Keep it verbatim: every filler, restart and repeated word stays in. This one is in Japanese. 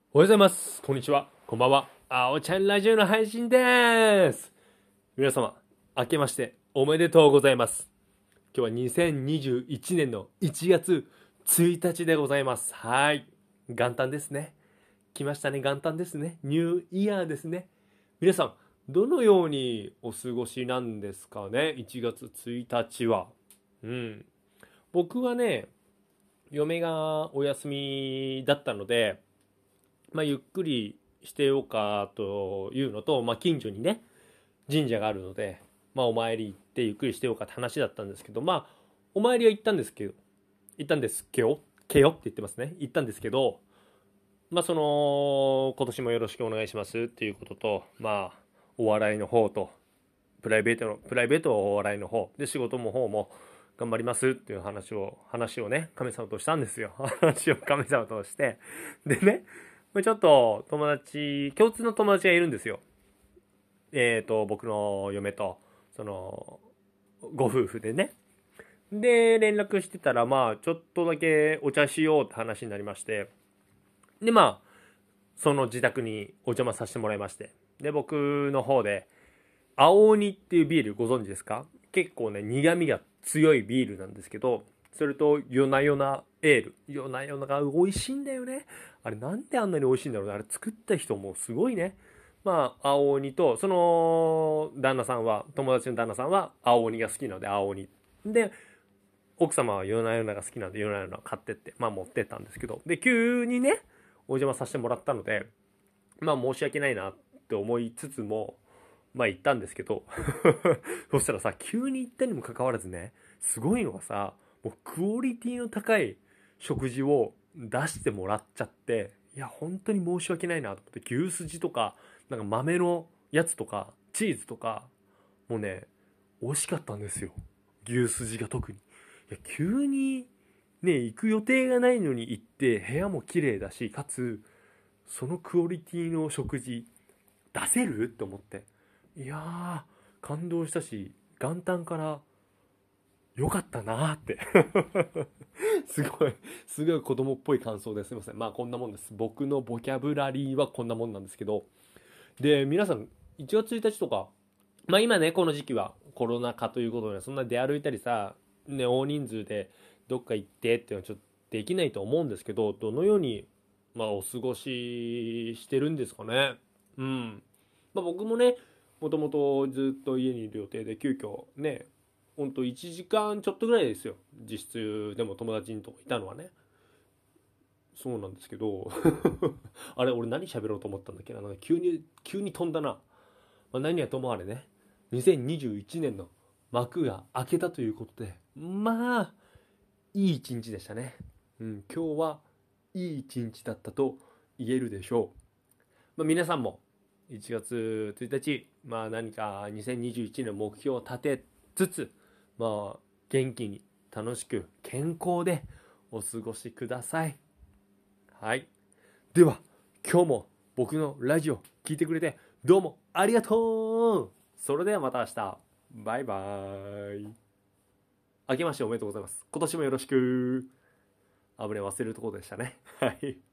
おはようございます。こんにちは。こんばんは。あおちゃんラジオの配信です。皆様、明けましておめでとうございます。今日はにせんにじゅういちねんのいちがつついたちでございます。はい。元旦ですね。来ましたね。元旦ですね。ニューイヤーですね。皆さん、どのようにお過ごしなんですかね。いちがつついたちは。うん。僕はね、嫁がお休みだったので、まあ、ゆっくりしてようかというのと、まあ、近所にね、神社があるので、まあ、お参り行ってゆっくりしてようかって話だったんですけど、まあ、お参りは行ったんですけど、行ったんですけど、けよって言ってますね。行ったんですけど、まあ、その、今年もよろしくお願いしますっていうことと、まあ、お笑いの方と、プライベートの、プライベートはお笑いの方、で、仕事も方も頑張りますっていう話を、話をね、神様としたんですよ。話を神様として。でね、ちょっと友達、共通の友達がいるんですよ。えっ、と、僕の嫁と、その、ご夫婦でね。で、連絡してたら、まあ、ちょっとだけお茶しようって話になりまして。で、まあ、その自宅にお邪魔させてもらいまして。で、僕の方で、青鬼っていうビールご存知ですか？結構ね、苦味が強いビールなんですけど、それと夜な夜なエール。夜な夜なが美味しいんだよね。あれなんであんなに美味しいんだろうね。あれ作った人もすごいね。まあ、青鬼と、その旦那さんは、友達の旦那さんは青鬼が好きなので青鬼。で、奥様は夜な夜なが好きなので夜な夜な買ってって、まあ持ってったんですけど、で、急にね、お邪魔させてもらったので、まあ申し訳ないなって思いつつも、まあ行ったんですけどそしたらさ、急に行ったにもかかわらずね、すごいのがさ、もうクオリティの高い食事を出してもらっちゃって、いや、本当に申し訳ないなと思って、牛すじとか、なんか豆のやつとか、チーズとか、もうね、美味しかったんですよ。牛すじが特に。いや、急にね、行く予定がないのに行って、部屋も綺麗だし、かつ、そのクオリティの食事、出せるって思って。いやー、感動したし、元旦から良かったなーってすごい、すごい子供っぽい感想ですいません。まあこんなもんです。僕のボキャブラリーはこんなもんなんですけど。で、皆さん、いちがつついたちとか、まあ今ね、この時期はコロナ禍ということで、そんな出歩いたりさ、ね、大人数でどっか行ってっていうのはちょっとできないと思うんですけど、どのように、まあお過ごししてるんですかね。うん。まあ僕もね、もともとずっと家にいる予定で、急遽ね、ほんといちじかんちょっとぐらいですよ。実質でも友達のとこいたのはね。そうなんですけどあれ、俺何喋ろうと思ったんだっけな。なんか急に、急に飛んだな。まあ、何はともあれね、にせんにじゅういちねんの幕が開けたということで、まあ、いい一日でしたね。うん、今日はいい一日だったと言えるでしょう。まあ、皆さんもいちがつついたち、まあ何かにせんにじゅういちねんの目標を立てつつ、まあ元気に楽しく健康でお過ごしください。はい。では、今日も僕のラジオ聞いてくれてどうもありがとう。それではまた明日。バイバーイ。明けましておめでとうございます。今年もよろしく。危ね、忘れるところでしたね。はい。